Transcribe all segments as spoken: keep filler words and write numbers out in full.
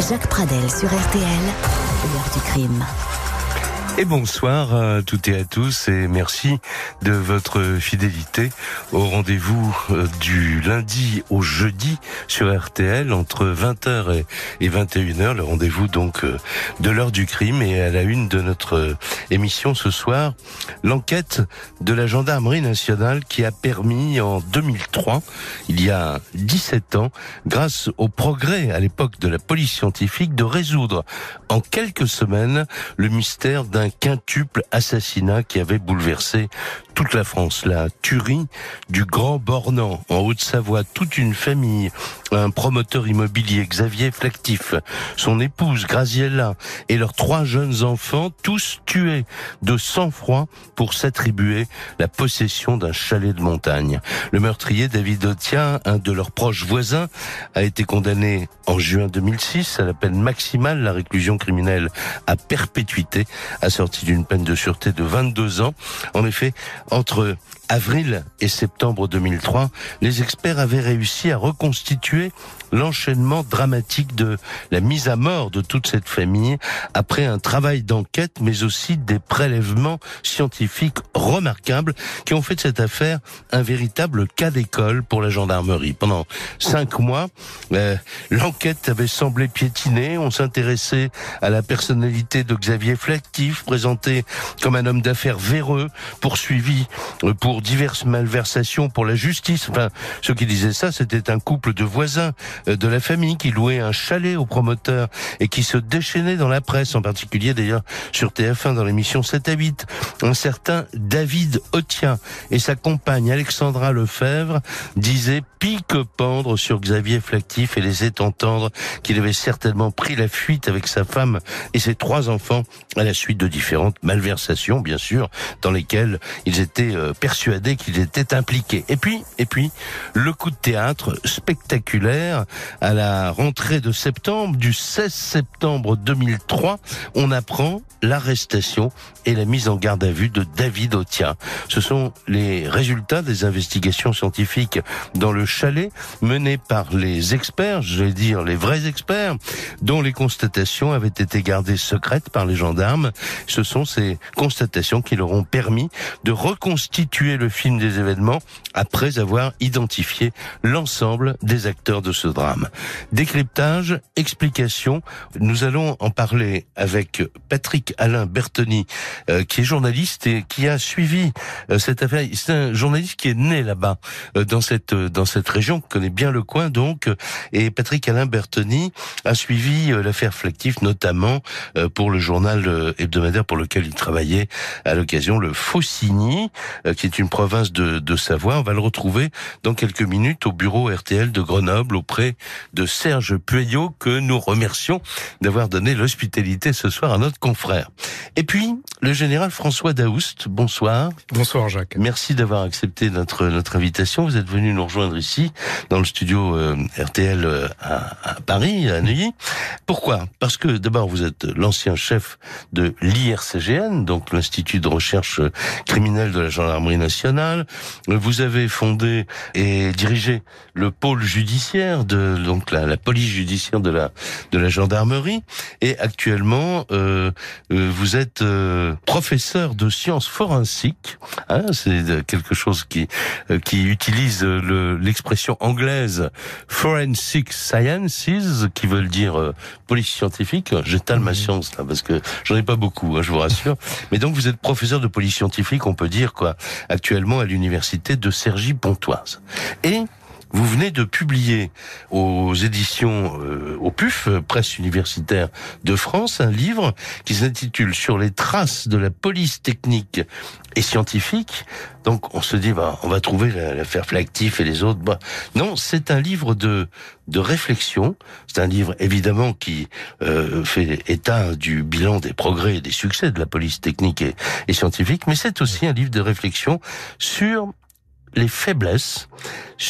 Jacques Pradel sur R T L, l'heure du crime. Et bonsoir à toutes et à tous et merci de votre fidélité au rendez-vous du lundi au jeudi sur R T L entre vingt heures et vingt et une heures, le rendez-vous donc de l'heure du crime. Et à la une de notre émission ce soir, l'enquête de la gendarmerie nationale qui a permis en deux mille trois, il y a dix-sept ans, grâce au progrès à l'époque de la police scientifique, de résoudre en quelques semaines le mystère d'un un quintuple assassinat qui avait bouleversé toute la France. La tuerie du Grand Bornand en Haute-Savoie, toute une famille, un promoteur immobilier, Xavier Flactif, son épouse Graziella et leurs trois jeunes enfants, tous tués de sang-froid pour s'attribuer la possession d'un chalet de montagne. Le meurtrier, David Othia, un de leurs proches voisins, a été condamné en juin deux mille six à la peine maximale, la réclusion criminelle à perpétuité, assortie d'une peine de sûreté de vingt-deux ans. En effet, entre avril et septembre deux mille trois, les experts avaient réussi à reconstituer l'enchaînement dramatique de la mise à mort de toute cette famille après un travail d'enquête, mais aussi des prélèvements scientifiques remarquables qui ont fait de cette affaire un véritable cas d'école pour la gendarmerie. Pendant cinq mois, euh, l'enquête avait semblé piétiner. On s'intéressait à la personnalité de Xavier Flactif, présenté comme un homme d'affaires véreux, poursuivi pour diverses malversations pour la justice. Enfin, ceux qui disaient ça, c'était un couple de voisins de la famille qui louait un chalet au promoteur et qui se déchaînait dans la presse, en particulier d'ailleurs sur T F un dans l'émission sept à huit. Un certain David Othia et sa compagne Alexandra Lefebvre disaient pique-pendre sur Xavier Flactif et laissaient entendre qu'il avait certainement pris la fuite avec sa femme et ses trois enfants à la suite de différentes malversations, bien sûr, dans lesquelles ils étaient euh, persuadés qu'ils étaient impliqués. Et puis, et puis, le coup de théâtre spectaculaire à la rentrée de septembre, du seize septembre deux mille trois, on apprend l'arrestation et la mise en garde à vue de David Othia. Ce sont les résultats des investigations scientifiques dans le chalet menées par les experts, je vais dire les vrais experts, dont les constatations avaient été gardées secrètes par les gendarmes. Ce sont ces constatations qui leur ont permis de reconstituer le film des événements après avoir identifié l'ensemble des acteurs de ce drame. Décryptage, explication, nous allons en parler avec Patrick Alain Bertoni, euh, qui est journaliste et qui a suivi euh, cette affaire. C'est un journaliste qui est né là-bas, euh, dans cette euh, dans cette région, qui connaît bien le coin donc. Et Patrick Alain Bertoni a suivi euh, l'affaire Flactif, notamment euh, pour le journal euh, hebdomadaire pour lequel il travaillait à l'occasion, le Faucigny, euh, qui est une province de, de Savoie. On va le retrouver dans quelques minutes au bureau R T L de Grenoble auprès de Serge Pueyo, que nous remercions d'avoir donné l'hospitalité ce soir à notre confrère. Et puis, le général François Daoust, bonsoir. Bonsoir Jacques. Merci d'avoir accepté notre notre invitation. Vous êtes venu nous rejoindre ici, dans le studio euh, R T L euh, à, à Paris, à Neuilly. Pourquoi ? Parce que d'abord, vous êtes l'ancien chef de l'I R C G N, donc l'Institut de recherche criminelle de la gendarmerie nationale. Vous avez fondé et dirigé le pôle judiciaire de donc la, la police judiciaire de la de la gendarmerie. Et actuellement, euh, euh, vous êtes euh, professeur de sciences forensiques. Hein, c'est quelque chose qui euh, qui utilise le l'expression anglaise forensic sciences, qui veut dire euh, police scientifique. J'étale mmh. ma science là parce que j'en ai pas beaucoup, hein, je vous rassure. Mais donc vous êtes professeur de police scientifique, on peut dire quoi, actuellement à l'université de Cergy-Pontoise. Et vous venez de publier aux éditions, euh, au P U F, Presse universitaire de France, un livre qui s'intitule « Sur les traces de la police technique et scientifique ». Donc on se dit, bah, on va trouver l'affaire Flactif et les autres. Bah, non, c'est un livre de de réflexion. C'est un livre évidemment qui euh, fait état du bilan des progrès et des succès de la police technique et, et scientifique, mais c'est aussi un livre de réflexion sur les faiblesses, sur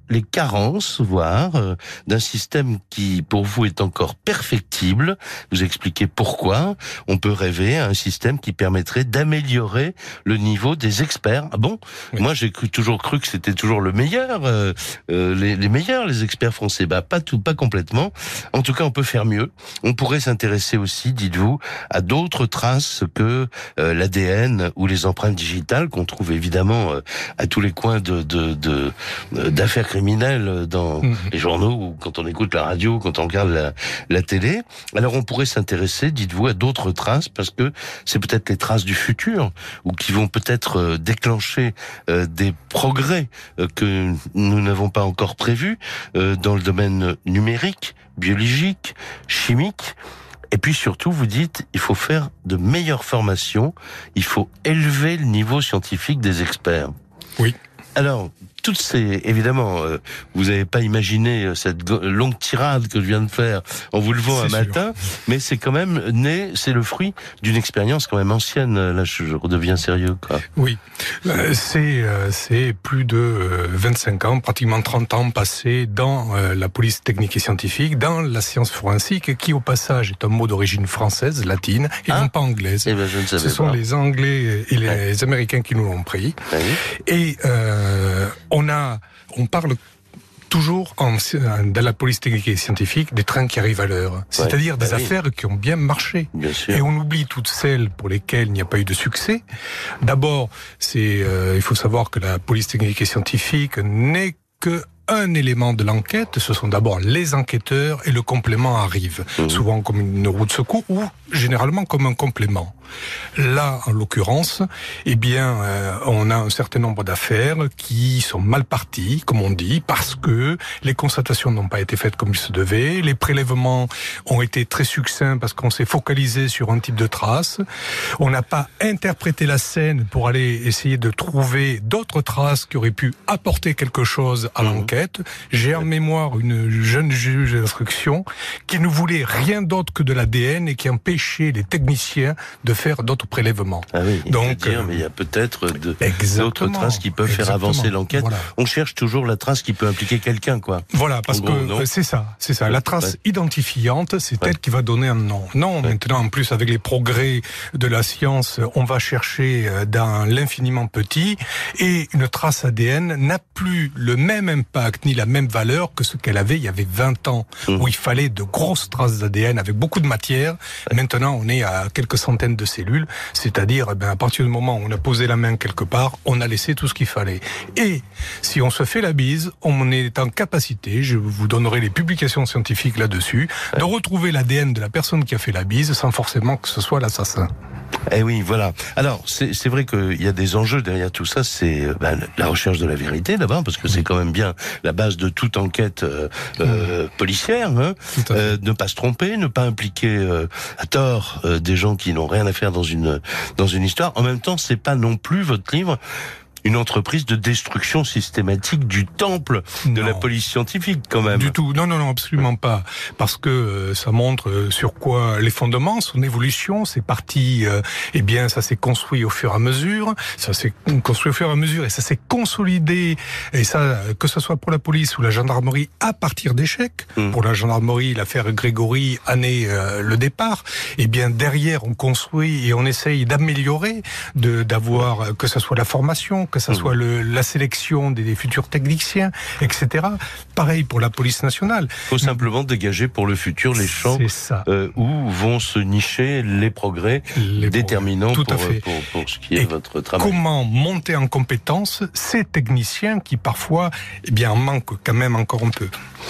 les carences, voire, euh, d'un système qui, pour vous, est encore perfectible. Vous expliquez pourquoi. On peut rêver à un système qui permettrait d'améliorer le niveau des experts. Ah bon? Oui. Moi, j'ai cru, toujours cru que c'était toujours le meilleur, euh, euh, les, les meilleurs, les experts français. Bah, pas tout, pas complètement. En tout cas, on peut faire mieux. On pourrait s'intéresser aussi, dites-vous, à d'autres traces que euh, l'A D N ou les empreintes digitales qu'on trouve évidemment euh, à tous les coins de, de, de, de d'affaires criminelles dans mmh. les journaux ou quand on écoute la radio, quand on regarde la, la télé. Alors on pourrait s'intéresser, dites-vous, à d'autres traces parce que c'est peut-être les traces du futur ou qui vont peut-être euh, déclencher euh, des progrès euh, que nous n'avons pas encore prévus euh, dans le domaine numérique, biologique, chimique. Et puis surtout, vous dites, il faut faire de meilleures formations, il faut élever le niveau scientifique des experts. Oui. Alors, toutes ces, évidemment, euh, vous n'avez pas imaginé cette longue tirade que je viens de faire en vous levant un matin, mais c'est quand même né, c'est le fruit d'une expérience quand même ancienne. Là, je redeviens sérieux, quoi. Oui, euh, c'est euh, c'est plus de euh, vingt-cinq ans, pratiquement trente ans passés dans euh, la police technique et scientifique, dans la science forensique, qui au passage est un mot d'origine française, latine, et ah non pas anglaise. Eh ben, je ne savais Ce sont pas. les Anglais et les ouais. Américains qui nous l'ont pris. Oui. Et euh, on a, on parle toujours en, dans la police technique et scientifique des trains qui arrivent à l'heure, c'est-à-dire ouais, des bah affaires oui. qui ont bien marché. Bien sûr. Et on oublie toutes celles pour lesquelles il n'y a pas eu de succès. D'abord, c'est, euh, il faut savoir que la police technique et scientifique n'est que un élément de l'enquête, ce sont d'abord les enquêteurs et le complément arrive, mmh. souvent comme une roue de secours ou généralement comme un complément. Là, en l'occurrence, eh bien, euh, on a un certain nombre d'affaires qui sont mal parties, comme on dit, parce que les constatations n'ont pas été faites comme il se devait, les prélèvements ont été très succincts parce qu'on s'est focalisé sur un type de trace, on n'a pas interprété la scène pour aller essayer de trouver d'autres traces qui auraient pu apporter quelque chose à mmh. l'enquête. J'ai en mémoire une jeune juge d'instruction qui ne voulait rien d'autre que de l'A D N et qui empêchait les techniciens de faire d'autres prélèvements. Ah oui, donc dire, euh, mais il y a peut-être de, d'autres traces qui peuvent faire avancer l'enquête. Voilà. On cherche toujours la trace qui peut impliquer quelqu'un, quoi. Voilà, parce gros, que euh, c'est ça, c'est ça. La trace ouais. identifiante, c'est ouais. elle qui va donner un nom. Non, ouais. maintenant, en plus, avec les progrès de la science, on va chercher dans l'infiniment petit, et une trace A D N n'a plus le même impact ni la même valeur que ce qu'elle avait il y avait vingt ans, mmh. où il fallait de grosses traces d'A D N avec beaucoup de matière. Ouais. Maintenant, on est à quelques centaines de cellules, c'est-à-dire, eh ben, à partir du moment où on a posé la main quelque part, on a laissé tout ce qu'il fallait. Et si on se fait la bise, on est en capacité, je vous donnerai les publications scientifiques là-dessus, ouais. de retrouver l'A D N de la personne qui a fait la bise sans forcément que ce soit l'assassin. Eh oui, voilà. Alors, c'est, c'est vrai qu'il y a des enjeux derrière tout ça, c'est ben, la recherche de la vérité d'abord, parce que c'est quand même bien la base de toute enquête euh, euh, policière, hein, euh, ne pas se tromper, ne pas impliquer euh, à tort euh, des gens qui n'ont rien à faire dans une dans une histoire. En même temps, c'est pas non plus votre livre une entreprise de destruction systématique du temple de non. la police scientifique, quand même. Du tout. Non, non, non, absolument pas. Parce que euh, ça montre euh, sur quoi les fondements, son évolution, c'est parti, euh, eh bien, ça s'est construit au fur et à mesure, ça s'est construit au fur et à mesure, et ça s'est consolidé, et ça, que ce soit pour la police ou la gendarmerie, à partir d'échecs. Mmh. Pour la gendarmerie, l'affaire Grégory en est euh, le départ. Eh bien, derrière, on construit et on essaye d'améliorer, de, d'avoir, euh, que ce soit la formation, que ça soit le, la sélection des, des futurs techniciens, et cetera. Pareil pour la police nationale. Il faut simplement dégager pour le futur les champs euh, où vont se nicher les progrès les déterminants progrès. Tout pour, à fait. Pour, pour, pour ce qui est et votre travail. Comment monter en compétence ces techniciens qui parfois eh bien, en manquent quand même encore un peu.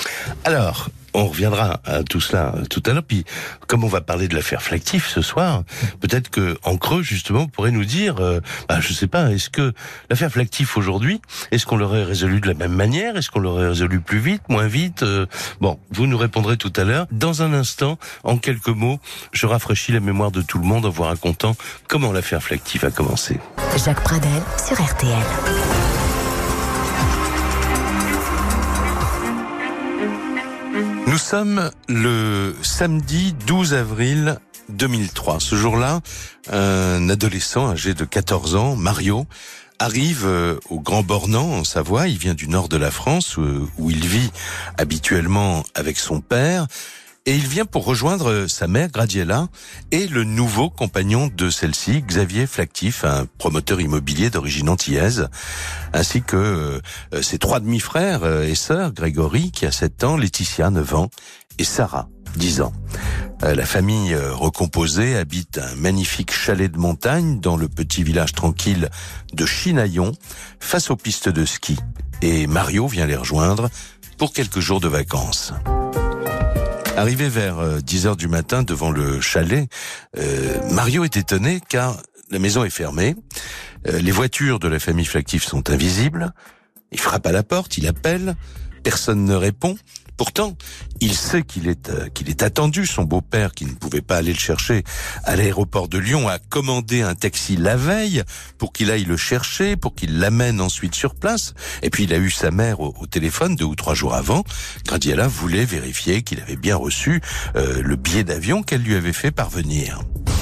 Alors, on reviendra à tout cela tout à l'heure. Puis, comme on va parler de l'affaire Flactif ce soir, peut-être que en creux, justement, on pourrait nous dire, euh, bah, je sais pas, est-ce que l'affaire Flactif aujourd'hui, est-ce qu'on l'aurait résolu de la même manière? Est-ce qu'on l'aurait résolu plus vite, moins vite? euh, Bon, vous nous répondrez tout à l'heure. Dans un instant, en quelques mots, je rafraîchis la mémoire de tout le monde en vous racontant comment l'affaire Flactif a commencé. Jacques Pradel sur R T L. Nous sommes le samedi douze avril deux mille trois. Ce jour-là, un adolescent âgé de quatorze ans, Mario, arrive au Grand Bornand, en Savoie. Il vient du nord de la France, où il vit habituellement avec son père. Et il vient pour rejoindre sa mère, Gradiela, et le nouveau compagnon de celle-ci, Xavier Flactif, un promoteur immobilier d'origine antillaise, ainsi que euh, ses trois demi-frères et sœurs, Grégory, qui a sept ans, Laetitia, neuf ans, et Sarah, dix ans. Euh, la famille euh, recomposée habite un magnifique chalet de montagne dans le petit village tranquille de Chinaillon, face aux pistes de ski. Et Mario vient les rejoindre pour quelques jours de vacances. Arrivé vers dix heures du matin devant le chalet, euh, Mario est étonné car la maison est fermée, euh, les voitures de la famille Flactif sont invisibles, il frappe à la porte, il appelle, personne ne répond. Pourtant, il sait qu'il est euh, qu'il est attendu. Son beau-père, qui ne pouvait pas aller le chercher à l'aéroport de Lyon, a commandé un taxi la veille pour qu'il aille le chercher, pour qu'il l'amène ensuite sur place. Et puis, il a eu sa mère au, au téléphone deux ou trois jours avant. Gradiela voulait vérifier qu'il avait bien reçu euh, le billet d'avion qu'elle lui avait fait parvenir.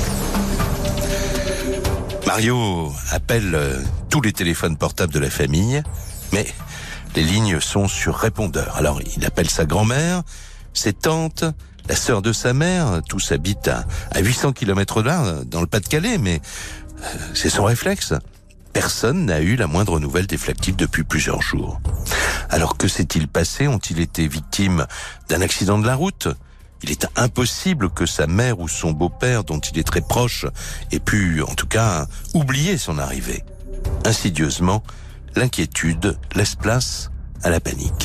Mario appelle euh, tous les téléphones portables de la famille, mais les lignes sont sur répondeur. Alors, il appelle sa grand-mère, ses tantes, la sœur de sa mère. Tous habitent à, à huit cents kilomètres de là, dans le Pas-de-Calais, mais euh, c'est son réflexe. Personne n'a eu la moindre nouvelle des Flactif depuis plusieurs jours. Alors, que s'est-il passé? Ont-ils été victimes d'un accident de la route? Il est impossible que sa mère ou son beau-père, dont il est très proche, ait pu, en tout cas, oublier son arrivée. Insidieusement, l'inquiétude laisse place à la panique.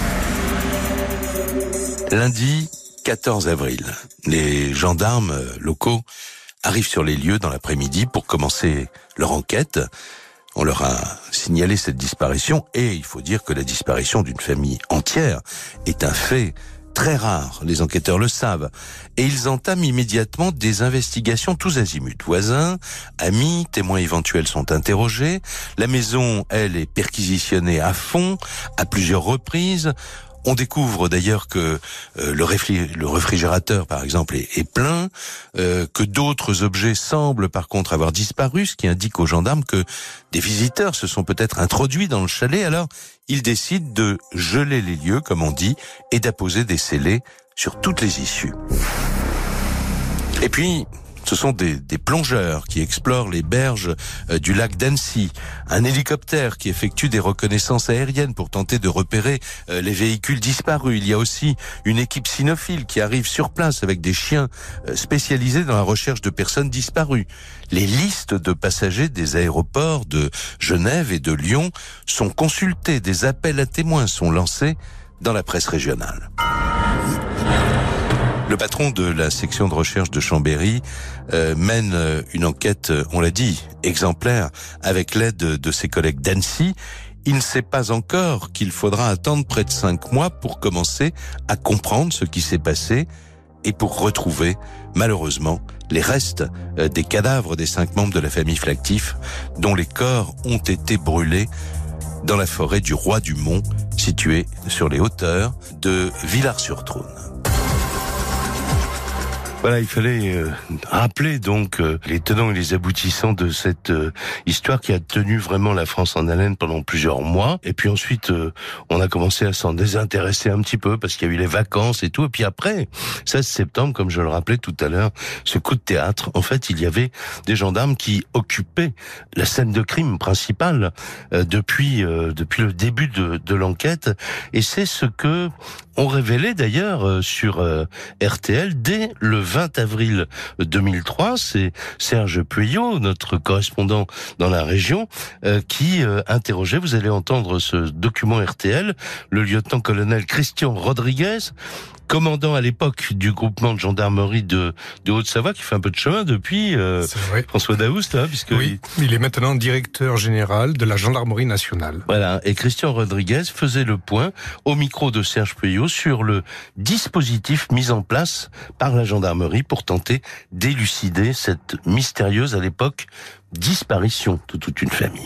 Lundi quatorze avril, les gendarmes locaux arrivent sur les lieux dans l'après-midi pour commencer leur enquête. On leur a signalé cette disparition et il faut dire que la disparition d'une famille entière est un fait très rare, les enquêteurs le savent. Et ils entament immédiatement des investigations tous azimuts. Voisins, amis, témoins éventuels sont interrogés. La maison, elle, est perquisitionnée à fond, à plusieurs reprises. On découvre d'ailleurs que euh, le, réfli- le réfrigérateur, par exemple, est, est plein, euh, que d'autres objets semblent par contre avoir disparu, ce qui indique aux gendarmes que des visiteurs se sont peut-être introduits dans le chalet. Alors, ils décident de geler les lieux, comme on dit, et d'apposer des scellés sur toutes les issues. Et puis, ce sont des, des plongeurs qui explorent les berges euh, du lac d'Annecy, un hélicoptère qui effectue des reconnaissances aériennes pour tenter de repérer euh, les véhicules disparus. Il y a aussi une équipe cynophile qui arrive sur place avec des chiens euh, spécialisés dans la recherche de personnes disparues. Les listes de passagers des aéroports de Genève et de Lyon sont consultées, des appels à témoins sont lancés dans la presse régionale. Le patron de la section de recherche de Chambéry euh, mène une enquête, on l'a dit, exemplaire, avec l'aide de ses collègues d'Annecy. Il ne sait pas encore qu'il faudra attendre près de cinq mois pour commencer à comprendre ce qui s'est passé et pour retrouver, malheureusement, les restes des cadavres des cinq membres de la famille Flactif, dont les corps ont été brûlés dans la forêt du Roi du Mont, située sur les hauteurs de Villars-sur-Trône. Voilà, il fallait euh, rappeler donc euh, les tenants et les aboutissants de cette euh, histoire qui a tenu vraiment la France en haleine pendant plusieurs mois. Et puis ensuite, euh, on a commencé à s'en désintéresser un petit peu parce qu'il y a eu les vacances et tout. Et puis après, seize septembre, comme je le rappelais tout à l'heure, ce coup de théâtre, en fait, il y avait des gendarmes qui occupaient la scène de crime principale euh, depuis euh, depuis le début de, de l'enquête. Et c'est ce que on révélait d'ailleurs euh, sur euh, R T L dès le vingt avril deux mille trois. C'est Serge Pueyo, notre correspondant dans la région, euh, qui euh, interrogeait, vous allez entendre ce document R T L, le lieutenant-colonel Christian Rodriguez, commandant à l'époque du groupement de gendarmerie de, de Haute-Savoie, qui fait un peu de chemin depuis euh, François Daoust, hein, puisque oui, il... il est maintenant directeur général de la gendarmerie nationale. Voilà, et Christian Rodriguez faisait le point au micro de Serge Pueyo sur le dispositif mis en place par la gendarmerie pour tenter d'élucider cette mystérieuse, à l'époque, disparition de toute une famille.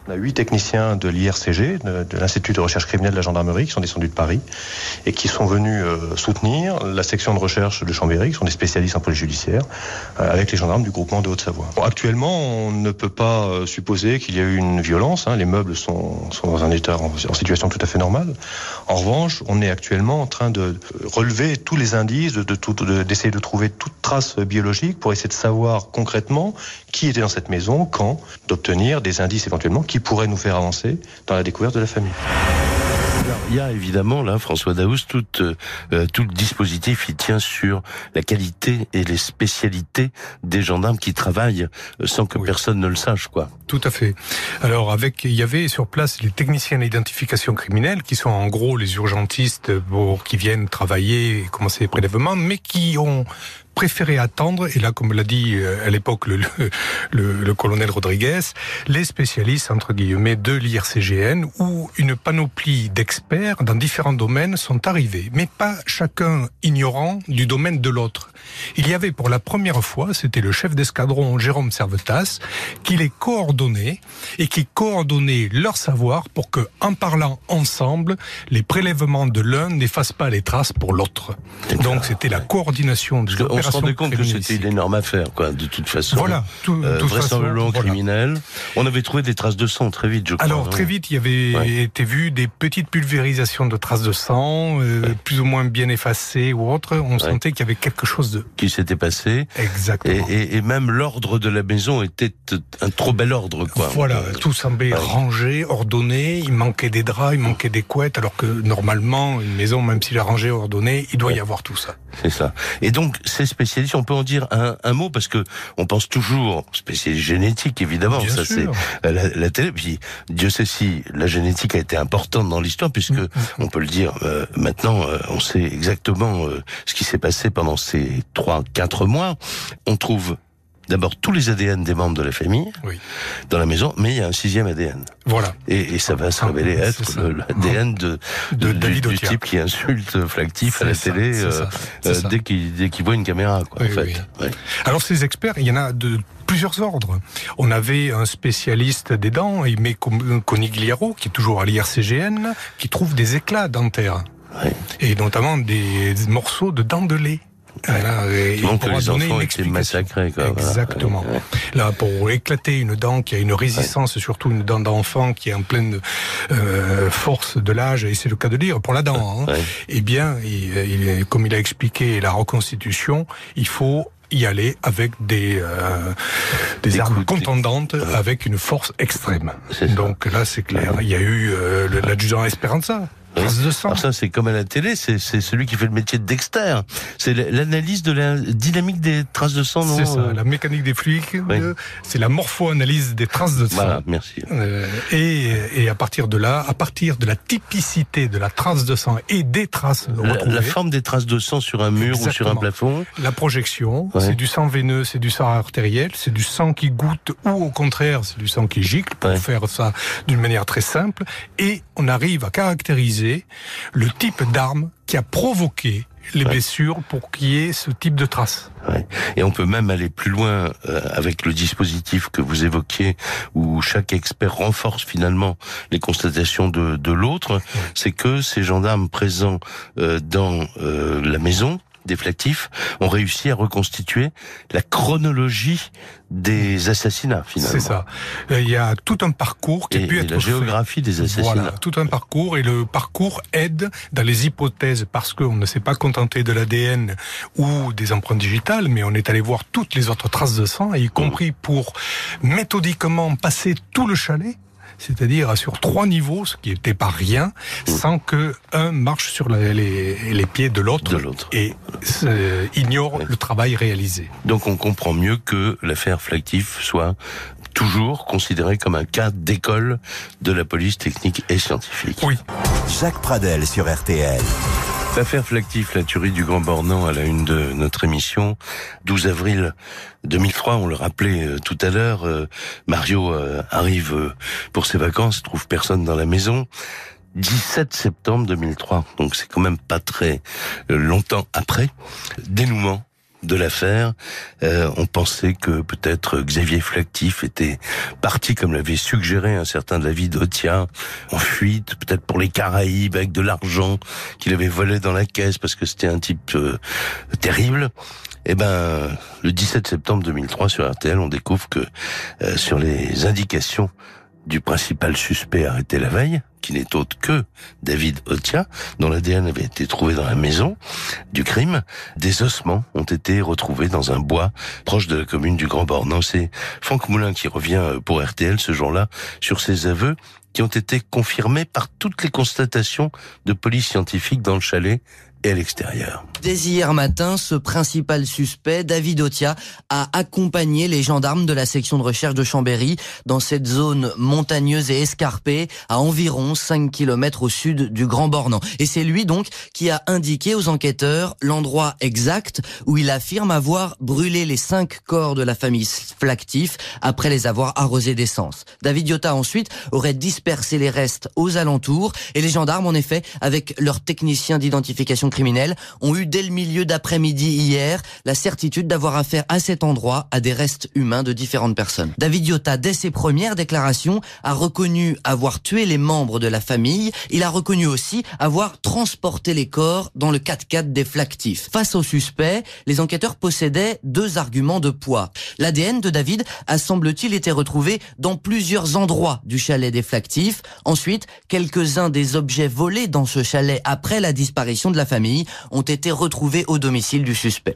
On a huit techniciens de l'I R C G, de, de l'Institut de recherche criminelle de la gendarmerie, qui sont descendus de Paris et qui sont venus euh, soutenir la section de recherche de Chambéry, qui sont des spécialistes en police judiciaire, euh, avec les gendarmes du groupement de Haute-Savoie. Bon, actuellement, on ne peut pas euh, supposer qu'il y a eu une violence. Hein, les meubles sont, sont dans un état, en, en situation tout à fait normale. En revanche, on est actuellement en train de relever tous les indices, de, de, de, de, d'essayer de trouver toute trace biologique pour essayer de savoir concrètement qui était dans cette maison, quand, d'obtenir des indices éventuellement qui pourraient nous faire avancer dans la découverte de la famille. Alors, il y a évidemment là, François Daoust, tout, euh, tout le dispositif, il tient sur la qualité et les spécialités des gendarmes qui travaillent sans que oui. personne ne le sache, quoi. Tout à fait. Alors, avec, il y avait sur place les techniciens d'identification criminelle, qui sont en gros les urgentistes pour, qui viennent travailler et commencer les prélèvements, mais qui ont préféré attendre, et là, comme l'a dit à l'époque le, le, le colonel Rodriguez, les spécialistes, entre guillemets, de l'I R C G N, où une panoplie d'experts dans différents domaines sont arrivés, mais pas chacun ignorant du domaine de l'autre. Il y avait pour la première fois, c'était le chef d'escadron Jérôme Servetas, qui les coordonnait et qui coordonnait leur savoir pour que, en parlant ensemble, les prélèvements de l'un n'effacent pas les traces pour l'autre. Donc c'était la coordination de On se rendait compte que c'était une énorme affaire, quoi, de toute façon. Voilà, tout, euh, vraisemblablement façon, criminel. Voilà. On avait trouvé des traces de sang très vite, je crois. Alors, non très vite, il y avait ouais. été vu des petites pulvérisations de traces de sang, euh, ouais. plus ou moins bien effacées ou autres. On ouais. sentait qu'il y avait quelque chose de... qui s'était passé. Exactement. Et, et, et même l'ordre de la maison était un trop bel ordre, quoi. Voilà, euh, tout semblait ouais. rangé, ordonné. Il manquait des draps, il manquait des couettes, alors que normalement, une maison, même s'il est rangé, ordonné, il doit ouais. y avoir tout ça. C'est ça. Et donc, ces spécialistes, on peut en dire un, un mot, parce que on pense toujours spécialiste génétique, évidemment. Bien ça, sûr. c'est la, la télé. Puis, Dieu sait si la génétique a été importante dans l'histoire, puisque mmh. on peut le dire euh, maintenant, euh, on sait exactement euh, ce qui s'est passé pendant ces trois, quatre mois. On trouve d'abord tous les A D N des membres de la famille oui. dans la maison, mais il y a un sixième A D N. Voilà. Et, et ça va se révéler ah, être l'A D N de, de, de du, du type qui insulte Flactif c'est à la ça, télé euh, euh, dès qu'il dès qu'il voit une caméra, quoi. Oui, en fait. Oui. Ouais. Alors ces experts, il y en a de plusieurs ordres. On avait un spécialiste des dents, Aimé Conigliaro, qui est toujours à l'I R C G N, qui trouve des éclats dentaires. Ouais. Et notamment des morceaux de dents de lait. Voilà, et donc les enfants étaient massacrés, quoi. Exactement. Voilà. Là, pour éclater une dent qui a une résistance, ouais. surtout une dent d'enfant qui est en pleine euh, force de l'âge, et c'est le cas de dire pour la dent, hein, ouais. eh bien, il, il, comme il a expliqué la reconstitution, il faut y aller avec des euh, des, des armes contondantes, des... avec une force extrême. Donc là, c'est clair. Ouais. Il y a eu euh, l'adjudant Esperanza. Oui. De sang. Alors ça, c'est comme à la télé, c'est, c'est celui qui fait le métier de Dexter. C'est l'analyse de la dynamique des traces de sang, non? C'est ça, la mécanique des fluides, oui. C'est la morpho-analyse des traces de sang. Voilà, merci. Euh, et, et à partir de là, à partir de la typicité de la trace de sang et des traces la, la forme des traces de sang sur un mur Exactement. Ou sur un plafond. La projection, ouais. c'est du sang veineux, c'est du sang artériel, c'est du sang qui goutte ou au contraire, c'est du sang qui gicle, pour ouais. faire ça d'une manière très simple. Et on arrive à caractériser le type d'arme qui a provoqué les ouais. blessures pour qu'il y ait ce type de traces. Ouais. Et on peut même aller plus loin euh, avec le dispositif que vous évoquiez, où chaque expert renforce finalement les constatations de, de l'autre. Ouais. C'est que ces gendarmes présents euh, dans euh, la maison des Flactifs ont réussi à reconstituer la chronologie des assassinats, finalement. C'est ça. Il y a tout un parcours qui et, a pu et être la géographie fait. des assassinats. Voilà, tout un parcours, et le parcours aide dans les hypothèses, parce qu'on ne s'est pas contenté de l'A D N ou des empreintes digitales, mais on est allé voir toutes les autres traces de sang, y compris mmh. pour méthodiquement passer tout le chalet, c'est-à-dire sur trois niveaux, ce qui n'était pas rien, mmh. sans que un marche sur les, les, les pieds de l'autre et euh, ignore oui. le travail réalisé. Donc on comprend mieux que l'affaire Flactif soit toujours considérée comme un cas d'école de la police technique et scientifique. Oui. Jacques Pradel sur R T L. L'affaire Flactif, la tuerie du Grand Bornand à la une de notre émission, douze avril deux mille trois, on le rappelait euh, tout à l'heure, euh, Mario euh, arrive euh, pour ses vacances, trouve personne dans la maison. dix-sept septembre deux mille trois, donc c'est quand même pas très euh, longtemps après. Dénouement de l'affaire, euh, on pensait que peut-être Xavier Flactif était parti, comme l'avait suggéré un certain David Otia, en fuite, peut-être pour les Caraïbes, avec de l'argent qu'il avait volé dans la caisse, parce que c'était un type euh, terrible. Eh ben, le dix-sept septembre deux mille trois, sur R T L, on découvre que euh, sur les indications du principal suspect arrêté la veille, qui n'est autre que David Otia, dont l'A D N avait été trouvé dans la maison du crime, des ossements ont été retrouvés dans un bois proche de la commune du Grand Bornand. C'est Franck Moulin qui revient pour R T L ce jour-là sur ses aveux qui ont été confirmés par toutes les constatations de police scientifique dans le chalet et à l'extérieur. Dès hier matin, ce principal suspect, David Otia, a accompagné les gendarmes de la section de recherche de Chambéry dans cette zone montagneuse et escarpée à environ cinq kilomètres au sud du Grand Bornand. Et c'est lui donc qui a indiqué aux enquêteurs l'endroit exact où il affirme avoir brûlé les cinq corps de la famille Flactif après les avoir arrosés d'essence. David Otia ensuite aurait dispersé les restes aux alentours et les gendarmes en effet, avec leurs techniciens d'identification criminels, ont eu dès le milieu d'après-midi hier la certitude d'avoir affaire à cet endroit à des restes humains de différentes personnes. David Otia, dès ses premières déclarations, a reconnu avoir tué les membres de la famille. Il a reconnu aussi avoir transporté les corps dans le quatre-quatre des Flactifs. Face au suspect, les enquêteurs possédaient deux arguments de poids. L'A D N de David a, semble-t-il, été retrouvé dans plusieurs endroits du chalet des Flactifs. Ensuite, quelques-uns des objets volés dans ce chalet après la disparition de la famille ont été retrouvés au domicile du suspect.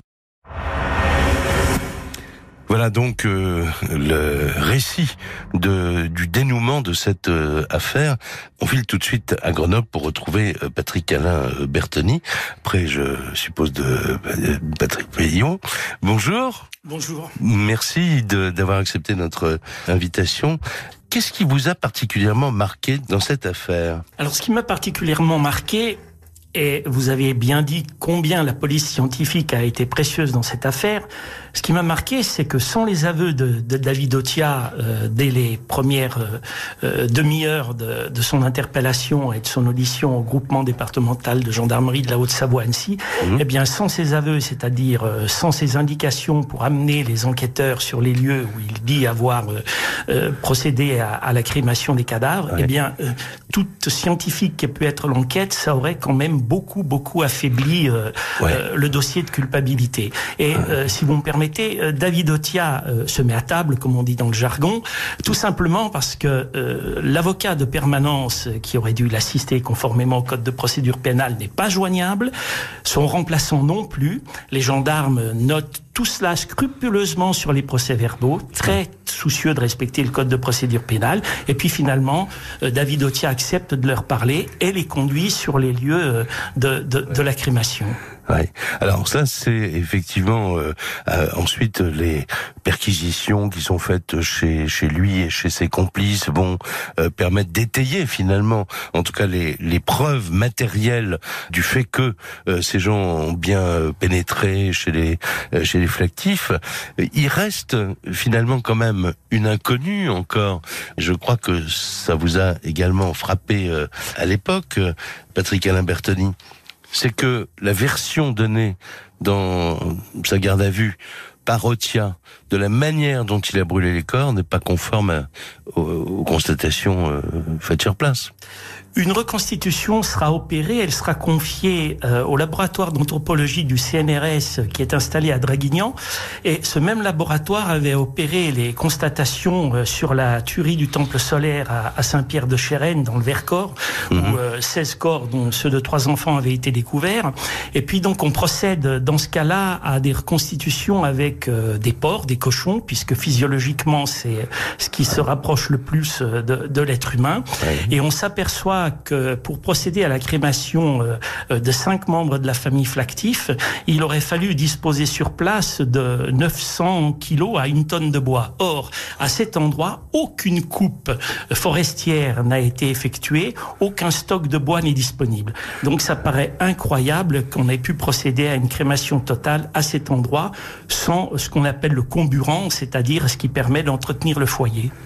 Voilà donc euh, le récit de, du dénouement de cette euh, affaire. On file tout de suite à Grenoble pour retrouver euh, Patrick Alain euh, Bertoni, après je suppose de euh, Patrick Payon. Bonjour. Bonjour. Merci de, d'avoir accepté notre invitation. Qu'est-ce qui vous a particulièrement marqué dans cette affaire ? Alors ce qui m'a particulièrement marqué, et vous avez bien dit combien la police scientifique a été précieuse dans cette affaire. Ce qui m'a marqué, c'est que sans les aveux de, de David Otia, euh, dès les premières euh, demi-heures de, de son interpellation et de son audition au groupement départemental de gendarmerie de la Haute-Savoie Annecy, mmh. eh bien sans ces aveux, c'est-à-dire euh, sans ces indications pour amener les enquêteurs sur les lieux où il dit avoir euh, euh, procédé à, à la crémation des cadavres, ouais. eh bien euh, toute scientifique qui ait pu être l'enquête, ça aurait quand même beaucoup, beaucoup affaibli euh, ouais. euh, le dossier de culpabilité. Et euh, si vous me permettez, David Otia euh, se met à table, comme on dit dans le jargon, tout simplement parce que euh, l'avocat de permanence qui aurait dû l'assister conformément au code de procédure pénale n'est pas joignable, son remplaçant non plus. Les gendarmes notent tout cela scrupuleusement sur les procès-verbaux, très soucieux de respecter le code de procédure pénale. Et puis finalement, euh, David Otia accepte de leur parler et les conduit sur les lieux euh, de, de, de la crémation. Ouais. Alors ça, c'est effectivement euh, euh, ensuite les perquisitions qui sont faites chez chez lui et chez ses complices vont euh, permettre d'étayer finalement, en tout cas les les preuves matérielles du fait que euh, ces gens ont bien pénétré chez les euh, chez les Flactifs. Il reste finalement quand même une inconnue encore. Je crois que ça vous a également frappé euh, à l'époque, Patrick Alain Bertoni. C'est que la version donnée dans sa garde à vue par Otia, de la manière dont il a brûlé les corps, n'est pas conforme à, aux, aux constatations euh, faites sur place. Une reconstitution sera opérée, elle sera confiée euh, au laboratoire d'anthropologie du C N R S qui est installé à Draguignan. Et ce même laboratoire avait opéré les constatations euh, sur la tuerie du temple solaire à, à Saint-Pierre-de-Chérennes dans le Vercors, mmh. où euh, seize corps, dont ceux de trois enfants, avaient été découverts. Et puis donc on procède dans ce cas-là à des reconstitutions avec euh, des porcs, des cochons, puisque physiologiquement c'est ce qui se rapproche le plus de, de l'être humain. Ouais. Et on s'aperçoit que pour procéder à la crémation de cinq membres de la famille Flactif, il aurait fallu disposer sur place de neuf cents kilos à une tonne de bois. Or, à cet endroit, aucune coupe forestière n'a été effectuée, aucun stock de bois n'est disponible. Donc ça paraît incroyable qu'on ait pu procéder à une crémation totale à cet endroit sans ce qu'on appelle le comburant, c'est-à-dire ce qui permet d'entretenir le foyer. Ouais.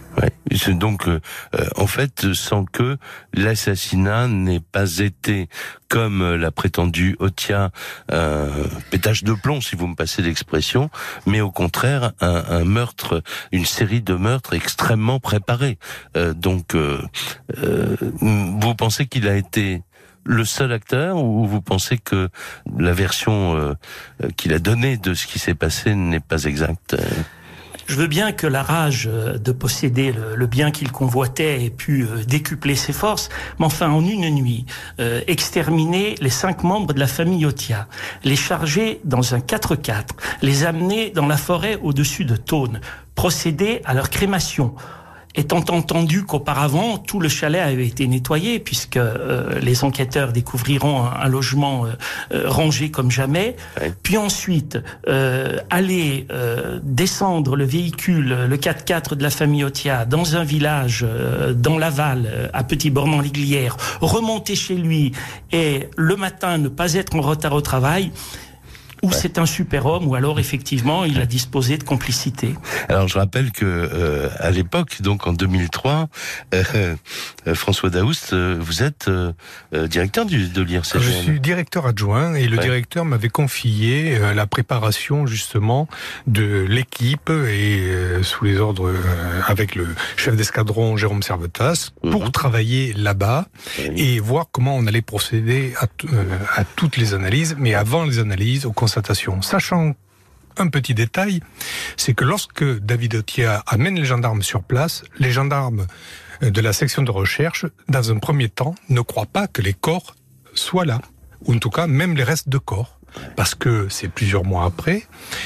Donc, euh, en fait, sans que l'assassinat n'ait pas été, comme l'a prétendu Othia, un pétage de plomb, si vous me passez l'expression, mais au contraire, un, un meurtre, une série de meurtres extrêmement préparés. Euh, donc, euh, euh, vous pensez qu'il a été le seul acteur, ou vous pensez que la version euh, qu'il a donnée de ce qui s'est passé n'est pas exacte? Je veux bien que la rage de posséder le, le bien qu'il convoitait ait pu euh, décupler ses forces, mais enfin, en une nuit, euh, exterminer les cinq membres de la famille Othia, les charger dans un quatre-quatre, les amener dans la forêt au-dessus de Thônes, procéder à leur crémation. Étant entendu qu'auparavant, tout le chalet avait été nettoyé, puisque euh, les enquêteurs découvriront un, un logement euh, euh, rangé comme jamais, oui. Puis ensuite euh, aller euh, descendre le véhicule, le quatre-quatre de la famille Othia, dans un village, euh, dans l'aval, euh, à Petit-Bornand-l'Iglière, remonter chez lui et le matin ne pas être en retard au travail. Ou ouais. C'est un super-homme, ou alors effectivement il a disposé de complicité. Alors je rappelle que euh, à l'époque, donc en deux mille trois, euh, euh, François Daoust, euh, vous êtes euh, directeur du, de l'I R C G N. Je suis directeur adjoint et le ouais. directeur m'avait confié euh, la préparation justement de l'équipe et euh, sous les ordres euh, avec le chef d'escadron Jérôme Servetas mmh. pour travailler là-bas oui. et voir comment on allait procéder à, t- euh, à toutes les analyses, mais avant les analyses, au Sachant un petit détail, c'est que lorsque David Othia amène les gendarmes sur place, les gendarmes de la section de recherche, dans un premier temps, ne croient pas que les corps soient là, ou en tout cas même les restes de corps. Parce que c'est plusieurs mois après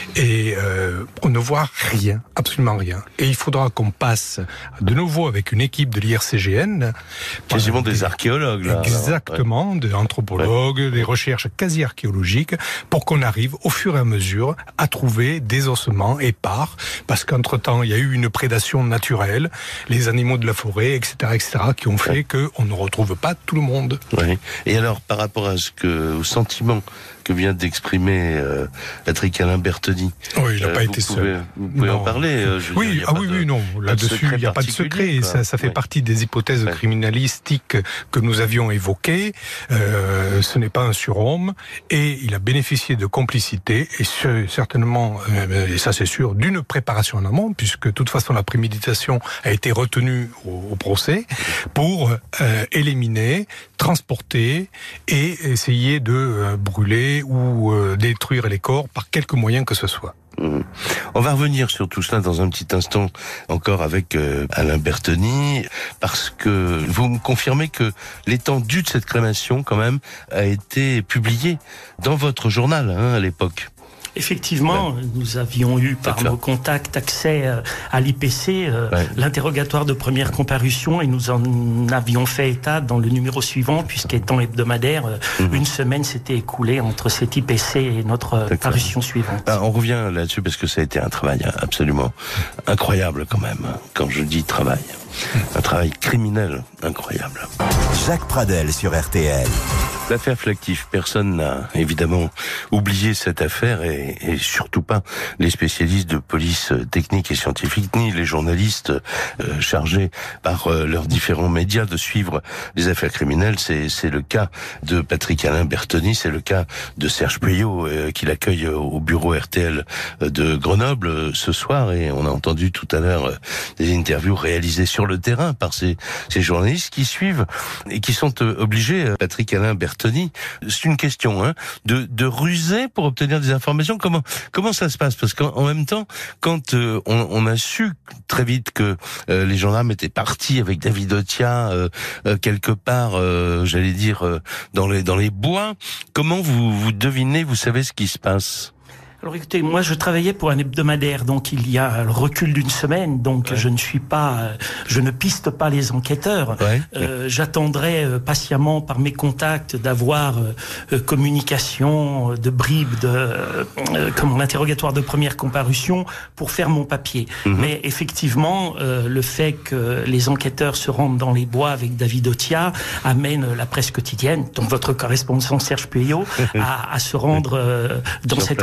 et euh, on ne voit rien, absolument rien. Et il faudra qu'on passe de nouveau avec une équipe de l'I R C G N. Quasiment des, des archéologues, là. Exactement, ouais. des anthropologues, ouais. des recherches quasi archéologiques, pour qu'on arrive au fur et à mesure à trouver des ossements épars. Parce qu'entre-temps, il y a eu une prédation naturelle, les animaux de la forêt, et cetera, et cetera, qui ont fait ouais. qu'on ne retrouve pas tout le monde. Oui. Et alors, par rapport à ce que, au sentiment que vient d'exprimer euh, Patrick Alain Bertheny. Oui, il n'a euh, pas été pouvez, seul. Vous pouvez non. en parler euh, je Oui, dire, ah oui, de, oui, non. Là-dessus, il n'y a pas de secret. Ça, ça fait ouais. partie des hypothèses ouais. criminalistiques que nous avions évoquées. Euh, ce n'est pas un surhomme. Et il a bénéficié de complicité. Et ce, certainement, euh, et ça c'est sûr, d'une préparation en amont, puisque de toute façon, la préméditation a été retenue au, au procès, pour euh, éliminer, transporter et essayer de euh, brûler ou euh, détruire les corps par quelque moyen que ce soit. Mmh. On va revenir sur tout cela dans un petit instant encore avec euh, Alain Bertheny, parce que vous me confirmez que l'étendue de cette crémation quand même a été publiée dans votre journal hein, à l'époque. Effectivement, ouais. nous avions eu par nos contacts accès à l'I P C, euh, ouais. l'interrogatoire de première comparution, et nous en avions fait état dans le numéro suivant, puisqu'étant hebdomadaire, mmh. une semaine s'était écoulée entre cet I P C et notre D'accord. parution suivante. Ah, on revient là-dessus parce que ça a été un travail absolument incroyable quand même, quand je dis travail. Un travail criminel incroyable. Jacques Pradel sur R T L. L'affaire Flactif, personne n'a évidemment oublié cette affaire et, et surtout pas les spécialistes de police technique et scientifique, ni les journalistes euh, chargés par euh, leurs différents médias de suivre les affaires criminelles. C'est, c'est le cas de Patrick Alain Bertheny, c'est le cas de Serge Puyot euh, qui l'accueille au bureau R T L de Grenoble euh, ce soir, et on a entendu tout à l'heure euh, des interviews réalisées sur le terrain par ces, ces journalistes qui suivent et qui sont euh, obligés, euh, Patrick Alain Bertheny, c'est une question, hein, de, de ruser pour obtenir des informations. Comment, comment ça se passe? Parce qu'en même temps, quand euh, on, on a su très vite que euh, les gendarmes étaient partis avec David Othia euh, euh, quelque part, euh, j'allais dire, euh, dans les dans les bois, comment vous vous devinez, vous savez ce qui se passe? Alors écoutez, moi je travaillais pour un hebdomadaire, donc il y a le recul d'une semaine, donc ouais. je ne suis pas, je ne piste pas les enquêteurs. Ouais. Euh, j'attendrai euh, patiemment par mes contacts d'avoir euh, communication, de bribes, de euh, comme l'interrogatoire de première comparution pour faire mon papier. Mm-hmm. Mais effectivement, euh, le fait que les enquêteurs se rendent dans les bois avec David Othia amène la presse quotidienne, donc votre correspondant Serge Puyot, à, à se rendre euh, dans cette région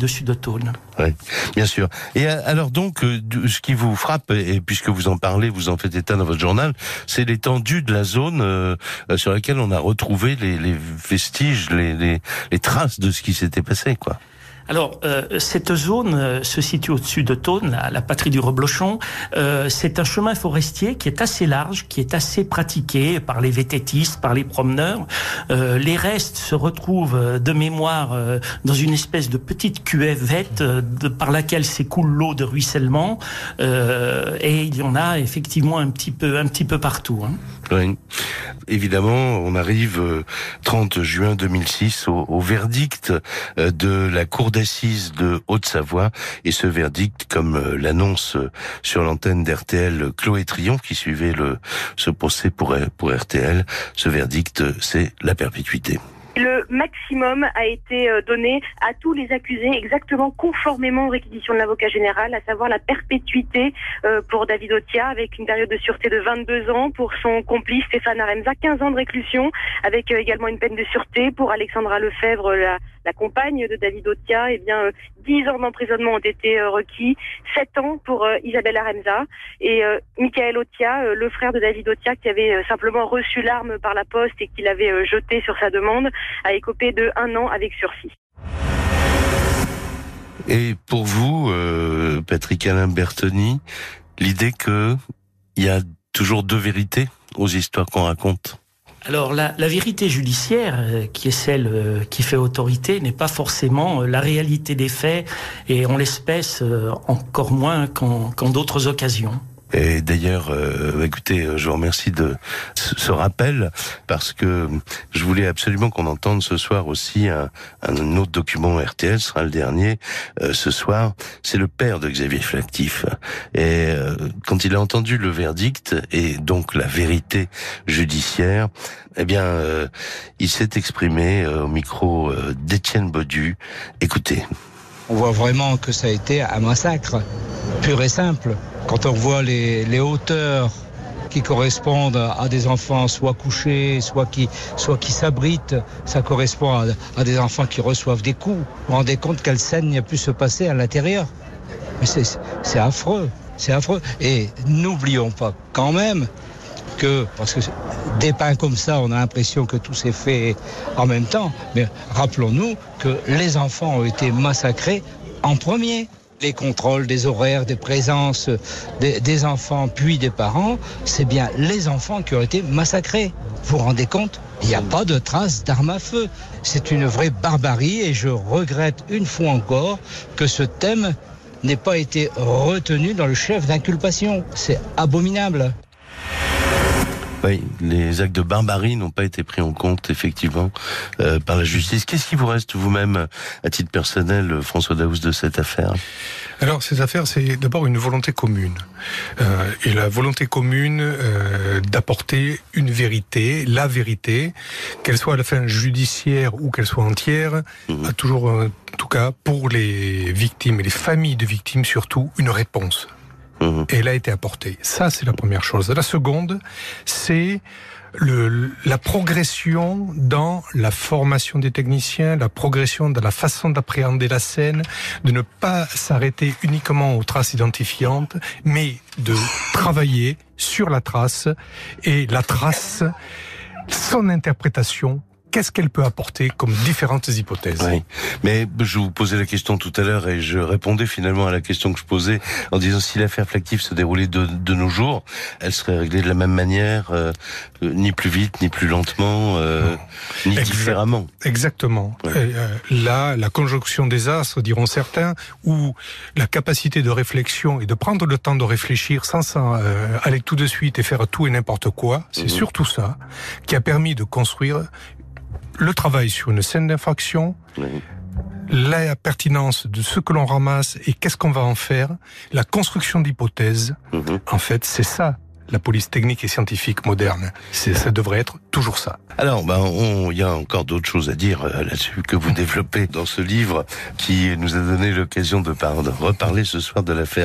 au-dessus de Thônes. Oui, bien sûr. Et alors donc, ce qui vous frappe, et puisque vous en parlez, vous en faites état dans votre journal, c'est l'étendue de la zone euh, sur laquelle on a retrouvé les, les vestiges, les, les, les traces de ce qui s'était passé, quoi. Alors, euh, cette zone euh, se situe au-dessus de Thônes, la, la patrie du reblochon. Euh, c'est un chemin forestier qui est assez large, qui est assez pratiqué par les vététistes, par les promeneurs. Euh, les restes se retrouvent euh, de mémoire euh, dans une espèce de petite cuvette euh, de, par laquelle s'écoule l'eau de ruissellement. Euh, et il y en a effectivement un petit peu, un petit peu partout. Hein. Oui. Évidemment, on arrive euh, trente juin deux mille six au, au verdict euh, de la Cour d'assises de Haute-Savoie, et ce verdict, comme euh, l'annonce euh, sur l'antenne d'R T L Chloé Trion, qui suivait le ce procès pour, pour R T L, ce verdict, euh, c'est la perpétuité. Le maximum a été donné à tous les accusés, exactement conformément aux réquisitions de l'avocat général, à savoir la perpétuité pour David Otia, avec une période de sûreté de vingt-deux ans, pour son complice Stéphane Aremza, quinze ans de réclusion, avec également une peine de sûreté pour Alexandra Lefebvre, la, la compagne de David Otia. Et bien, dix ans d'emprisonnement ont été requis, sept ans pour Isabelle Aremza, et Michael Otia, le frère de David Otia, qui avait simplement reçu l'arme par la poste et qui l'avait jetée sur sa demande, a écopé de un an avec sursis. Et pour vous, euh, Patrick Alain Bertoni, l'idée que il y a toujours deux vérités aux histoires qu'on raconte? Alors la, la vérité judiciaire, euh, qui est celle euh, qui fait autorité, n'est pas forcément euh, la réalité des faits, et en l'espèce euh, encore moins qu'en, qu'en d'autres occasions. Et d'ailleurs, euh, écoutez, je vous remercie de ce rappel, parce que je voulais absolument qu'on entende ce soir aussi un, un autre document R T L, ce sera le dernier euh, ce soir. C'est le père de Xavier Flactif. Et euh, quand il a entendu le verdict et donc la vérité judiciaire, eh bien, euh, il s'est exprimé euh, au micro euh, d'Étienne Baudu. Écoutez. On voit vraiment que ça a été un massacre, pur et simple. Quand on voit les, les hauteurs qui correspondent à des enfants soit couchés, soit qui, soit qui s'abritent, ça correspond à, à des enfants qui reçoivent des coups. Vous vous rendez compte quelle scène a pu se passer à l'intérieur? Mais c'est, c'est affreux, c'est affreux. Et n'oublions pas quand même que, parce que dépeint comme ça, on a l'impression que tout s'est fait en même temps, mais rappelons-nous que les enfants ont été massacrés en premier. Les contrôles des horaires, des présences des, des enfants, puis des parents, c'est bien les enfants qui ont été massacrés. Vous vous rendez compte? Il n'y a pas de traces d'armes à feu. C'est une vraie barbarie, et je regrette une fois encore que ce thème n'ait pas été retenu dans le chef d'inculpation. C'est abominable. Oui, les actes de barbarie n'ont pas été pris en compte, effectivement, euh, par la justice. Qu'est-ce qui vous reste, vous-même, à titre personnel, François Daoust, de cette affaire? Alors, cette affaire, c'est d'abord une volonté commune. Euh, et la volonté commune euh, d'apporter une vérité, la vérité, qu'elle soit à la fin judiciaire ou qu'elle soit entière, mmh. a toujours, en tout cas, pour les victimes et les familles de victimes surtout, une réponse. Et elle a été apportée. Ça, c'est la première chose. La seconde, c'est le, la progression dans la formation des techniciens, la progression dans la façon d'appréhender la scène, de ne pas s'arrêter uniquement aux traces identifiantes, mais de travailler sur la trace, et la trace, son interprétation. Qu'est-ce qu'elle peut apporter comme différentes hypothèses? Oui, mais je vous posais la question tout à l'heure et je répondais finalement à la question que je posais en disant si l'affaire Flactif se déroulait de, de nos jours, elle serait réglée de la même manière, euh, ni plus vite, ni plus lentement, euh, ni exact, différemment. Exactement. Ouais. Euh, là, la conjonction des astres, diront certains, ou la capacité de réflexion et de prendre le temps de réfléchir sans, sans euh, aller tout de suite et faire tout et n'importe quoi, c'est mmh. surtout ça qui a permis de construire le travail sur une scène d'infraction, oui. la pertinence de ce que l'on ramasse et qu'est-ce qu'on va en faire, la construction d'hypothèses. Mmh. En fait, c'est ça, la police technique et scientifique moderne. C'est, ça devrait être toujours ça. Alors, ben, on, il y a encore d'autres choses à dire euh, là-dessus que vous développez dans ce livre qui nous a donné l'occasion de, par, de reparler ce soir de l'affaire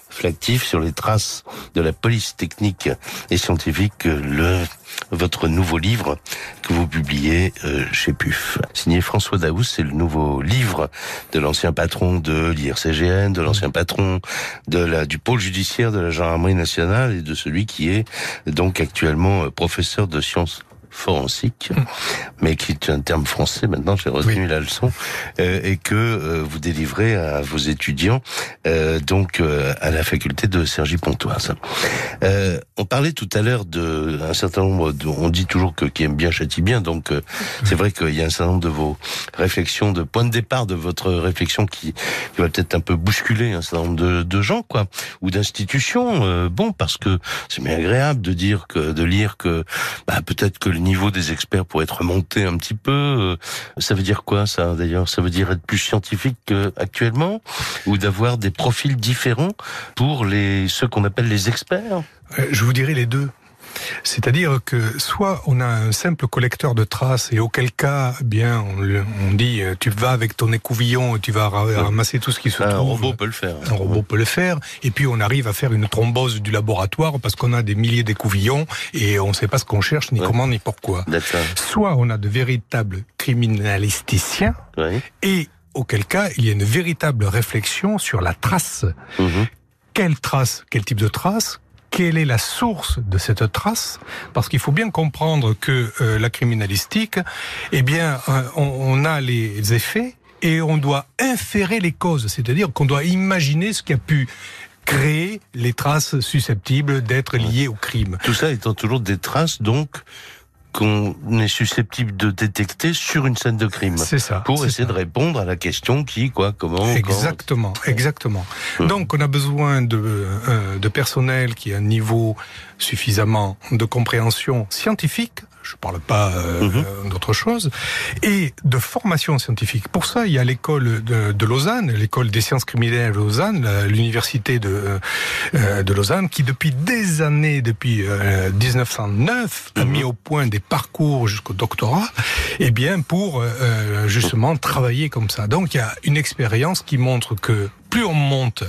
Flactif sur les traces de la police technique et scientifique, le votre nouveau livre que vous publiez euh, chez P U F. Signé François Daoust, c'est le nouveau livre de l'ancien patron de l'I R C G N, de l'ancien patron de la, du pôle judiciaire de la gendarmerie nationale et de celui qui est donc actuellement professeur de sciences forensique, mais qui est un terme français, maintenant j'ai retenu oui. la leçon, euh, et que euh, vous délivrez à vos étudiants, euh, donc euh, à la faculté de Cergy-Pontoise. Euh, on parlait tout à l'heure de un certain nombre, de, on dit toujours que qui aime bien châtie bien, donc euh, c'est vrai qu'il y a un certain nombre de vos réflexions, de points de départ de votre réflexion qui, qui va peut-être un peu bousculer un certain nombre de, de gens, quoi, ou d'institutions. Euh, bon, parce que c'est bien agréable de dire que, de lire que, bah, peut-être que le niveau des experts pourrait être remonté un petit peu. Ça veut dire quoi, ça, d'ailleurs? Ça veut dire être plus scientifique qu'actuellement? Ou d'avoir des profils différents pour les ceux qu'on appelle les experts? Je vous dirais les deux. C'est-à-dire que soit on a un simple collecteur de traces et auquel cas, bien, on, on dit tu vas avec ton écouvillon et tu vas ramasser tout ce qui se un trouve. Un robot peut le faire. Un robot peut le faire. Et puis on arrive à faire une thrombose du laboratoire parce qu'on a des milliers d'écouvillons et on ne sait pas ce qu'on cherche, ni ouais. comment, ni pourquoi. D'accord. Soit on a de véritables criminalisticiens ouais. et auquel cas il y a une véritable réflexion sur la trace. Mmh. Quelle trace? Quel type de trace? Quelle est la source de cette trace? Parce qu'il faut bien comprendre que euh, la criminalistique, eh bien, euh, on, on a les effets et on doit inférer les causes, c'est-à-dire qu'on doit imaginer ce qui a pu créer les traces susceptibles d'être liées au crime. Tout ça étant toujours des traces, donc, qu'on est susceptible de détecter sur une scène de crime. C'est ça. Pour c'est essayer ça. de répondre à la question qui, quoi, comment... Exactement, quand... exactement. Hum. Donc on a besoin de, euh, de personnel qui a un niveau suffisamment de compréhension scientifique, je ne parle pas euh, mmh. d'autre chose, et de formation scientifique. Pour ça, il y a l'école de, de Lausanne, l'école des sciences criminelles de Lausanne, la, l'université de, euh, de Lausanne, qui depuis des années, depuis euh, dix-neuf cent neuf, mmh. a mis au point des parcours jusqu'au doctorat, et bien pour euh, justement travailler comme ça. Donc il y a une expérience qui montre que plus on monte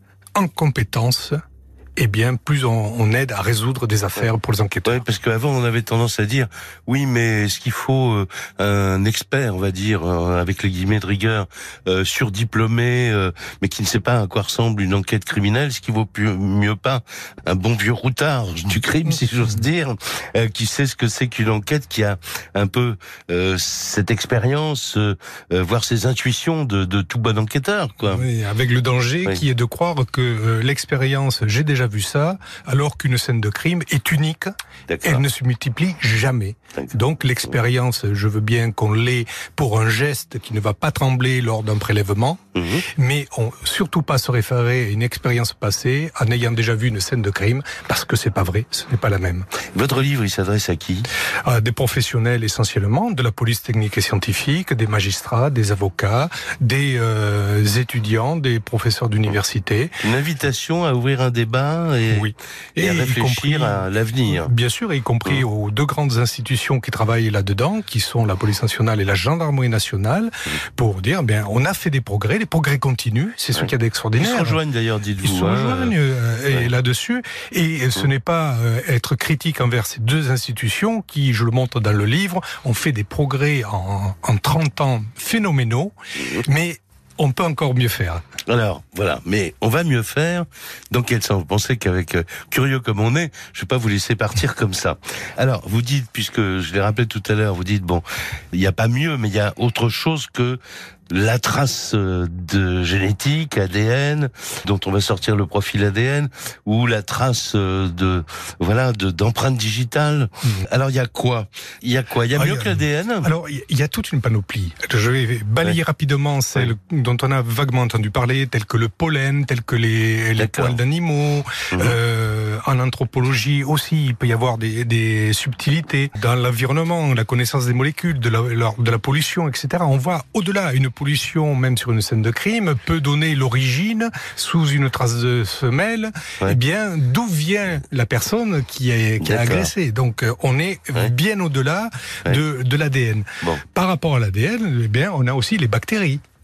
en compétences, eh bien, plus on, on aide à résoudre des affaires pour les enquêteurs. Oui, parce qu'avant, on avait tendance à dire, oui, mais est-ce qu'il faut euh, un expert, on va dire, euh, avec les guillemets de rigueur, euh, surdiplômé, euh, mais qui ne sait pas à quoi ressemble une enquête criminelle? Est-ce qu'il vaut plus, mieux pas un bon vieux routard du crime, si j'ose dire, euh, qui sait ce que c'est qu'une enquête, qui a un peu euh, cette expérience, euh, euh, voire ses intuitions de, de tout bon enquêteur, quoi. Oui, avec le danger oui. qui est de croire que euh, l'expérience, j'ai déjà vu ça, alors qu'une scène de crime est unique, D'accord. elle ne se multiplie jamais. D'accord. Donc l'expérience, je veux bien qu'on l'ait pour un geste qui ne va pas trembler lors d'un prélèvement, mmh. mais on surtout pas se référer à une expérience passée en ayant déjà vu une scène de crime, parce que c'est pas vrai, ce n'est pas la même. Votre livre, il s'adresse à qui? À des professionnels essentiellement, de la police technique et scientifique, des magistrats, des avocats, des euh, étudiants, des professeurs d'université. Une invitation à ouvrir un débat et, oui. et, et à réfléchir compris, à l'avenir. Bien sûr, y compris mmh. aux deux grandes institutions qui travaillent là-dedans, qui sont la police nationale et la gendarmerie nationale, mmh. pour dire, bien, on a fait des progrès, les progrès continuent, c'est ce ouais. qu'il y a d'extraordinaire. Ils se rejoignent d'ailleurs, dites-vous. Ils se rejoignent euh, ouais. et là-dessus, et mmh. ce n'est pas euh, être critique envers ces deux institutions qui, je le montre dans le livre, ont fait des progrès en, en trente ans phénoménaux, mmh. mais on peut encore mieux faire. Alors, voilà. Mais on va mieux faire. Dans quel sens? Vous pensez qu'avec, euh, curieux comme on est, je vais pas vous laisser partir comme ça. Alors, vous dites, puisque je l'ai rappelé tout à l'heure, vous dites, bon, il n'y a pas mieux, mais il y a autre chose que la trace de génétique, A D N, dont on va sortir le profil A D N, ou la trace de, voilà, de, d'empreinte digitale. Mmh. Alors, il y a quoi? Il y a quoi? Il y a ah, mieux y a, que l'A D N? Alors, il y a toute une panoplie. Je vais balayer ouais. rapidement celles ouais. dont on a vaguement entendu parler, telles que le pollen, telles que les, les poils d'animaux. Mmh. Euh, en anthropologie aussi, il peut y avoir des, des subtilités. Dans l'environnement, la connaissance des molécules, de la, de la pollution, et cetera. On voit au-delà une pollution, même sur une scène de crime, peut donner l'origine, sous une trace de semelle, ouais. eh bien, d'où vient la personne qui, est, qui a agressé. Donc, on est ouais. bien au-delà ouais. de, de l'A D N. Bon. Par rapport à l'A D N, eh bien, on a aussi les bactéries.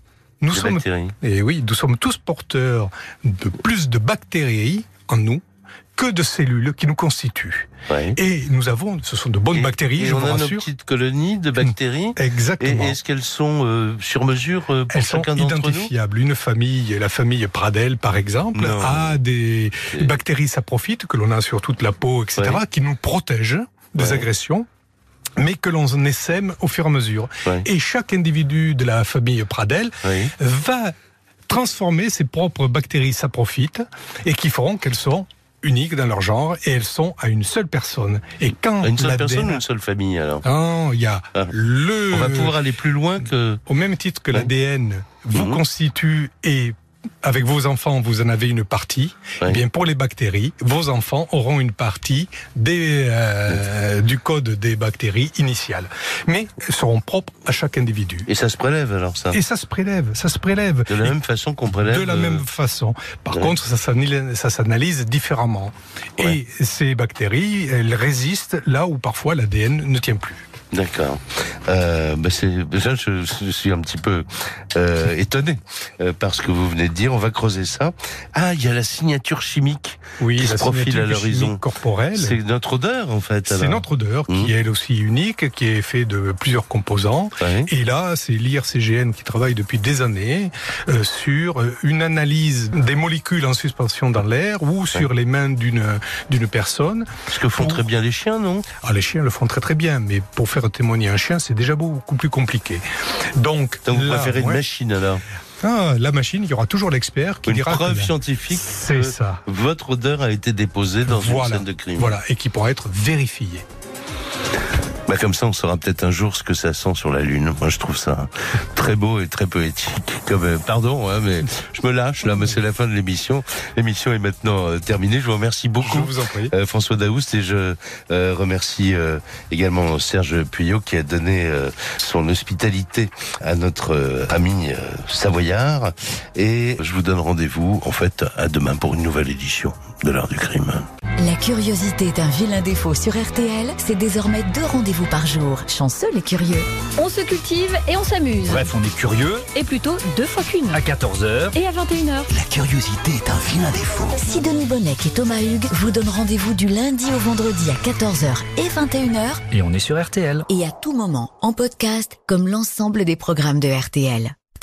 nous des sommes, bactéries. et oui, nous sommes tous porteurs de plus de bactéries en nous que de cellules qui nous constituent. Ouais. Et nous avons, ce sont de bonnes et, bactéries, et je on vous a rassure. nos petites colonies de bactéries. Exactement. Et est-ce qu'elles sont euh, sur mesure euh, pour Elles sont chacun d'entre nous? identifiables. Une famille, la famille Pradel par exemple, Non. a des C'est... bactéries saprofites que l'on a sur toute la peau, et cetera, Ouais. qui nous protègent des Ouais. agressions, mais que l'on essaime au fur et à mesure. Ouais. Et chaque individu de la famille Pradel Oui. va transformer ses propres bactéries saprophytes et qui feront qu'elles sont uniques dans leur genre et elles sont à une seule personne. Et quand Une seule l'A D N... personne ou une seule famille alors? Non, il y a Ah. le... On va pouvoir aller plus loin que... Au même titre que Ouais. l'A D N vous Mhm. constitue et avec vos enfants, vous en avez une partie. Ouais. Eh bien, pour les bactéries, vos enfants auront une partie des, euh, du code des bactéries initiales. Mais elles seront propres à chaque individu. Et ça se prélève alors ça? Et ça se prélève, ça se prélève. De la Et même façon qu'on prélève... de la euh, même façon. Par ouais. contre, ça s'analyse, ça s'analyse différemment. Ouais. Et ces bactéries, elles résistent là où parfois l'A D N ne tient plus. D'accord. Euh, bah c'est déjà je, je suis un petit peu euh, étonné euh, par ce que vous venez de dire. On va creuser ça. Ah, il y a la signature chimique Oui, qui la se profile signature à l'horizon. chimique corporelle. C'est notre odeur en fait. C'est alors. notre odeur Mmh. qui est elle aussi unique, qui est fait de plusieurs composants. Ouais. Et là, c'est l'I R C G N qui travaille depuis des années euh, sur euh, une analyse des molécules en suspension dans l'air ou sur les mains d'une d'une personne. Ce que font Pour- très bien les chiens, non? Ah, les chiens le font très très bien, mais pour faire témoigner un chien, c'est déjà beaucoup plus compliqué. Donc, Donc vous là, préférez une ouais. machine alors? Ah, la machine, il y aura toujours l'expert qui Une dira preuve que la- scientifique C'est que ça. votre odeur a été déposée dans Voilà. une scène de crime. Voilà, et qui pourra être vérifiée. Bah comme ça, on saura peut-être un jour ce que ça sent sur la Lune. Moi, je trouve ça très beau et très poétique. Comme, euh, pardon, hein, mais je me lâche là, mais c'est la fin de l'émission. L'émission est maintenant euh, terminée. Je vous remercie beaucoup, Je vous en prie. euh, François Daoust, et je euh, remercie euh, également Serge Puyot qui a donné euh, son hospitalité à notre euh, ami euh, Savoyard. Et je vous donne rendez-vous, en fait, à demain pour une nouvelle édition de l'heure du crime. La curiosité est un vilain défaut sur R T L, c'est désormais deux rendez-vous par jour. Chanceux les curieux. On se cultive et on s'amuse. Bref, on est curieux. Et plutôt deux fois qu'une. À quatorze heures. Et à vingt et une heures. La curiosité est un vilain défaut. Sidonie Bonnec et Thomas Hugues vous donnent rendez-vous du lundi au vendredi à quatorze heures et vingt et une heures. Et on est sur R T L. Et à tout moment, en podcast, comme l'ensemble des programmes de R T L.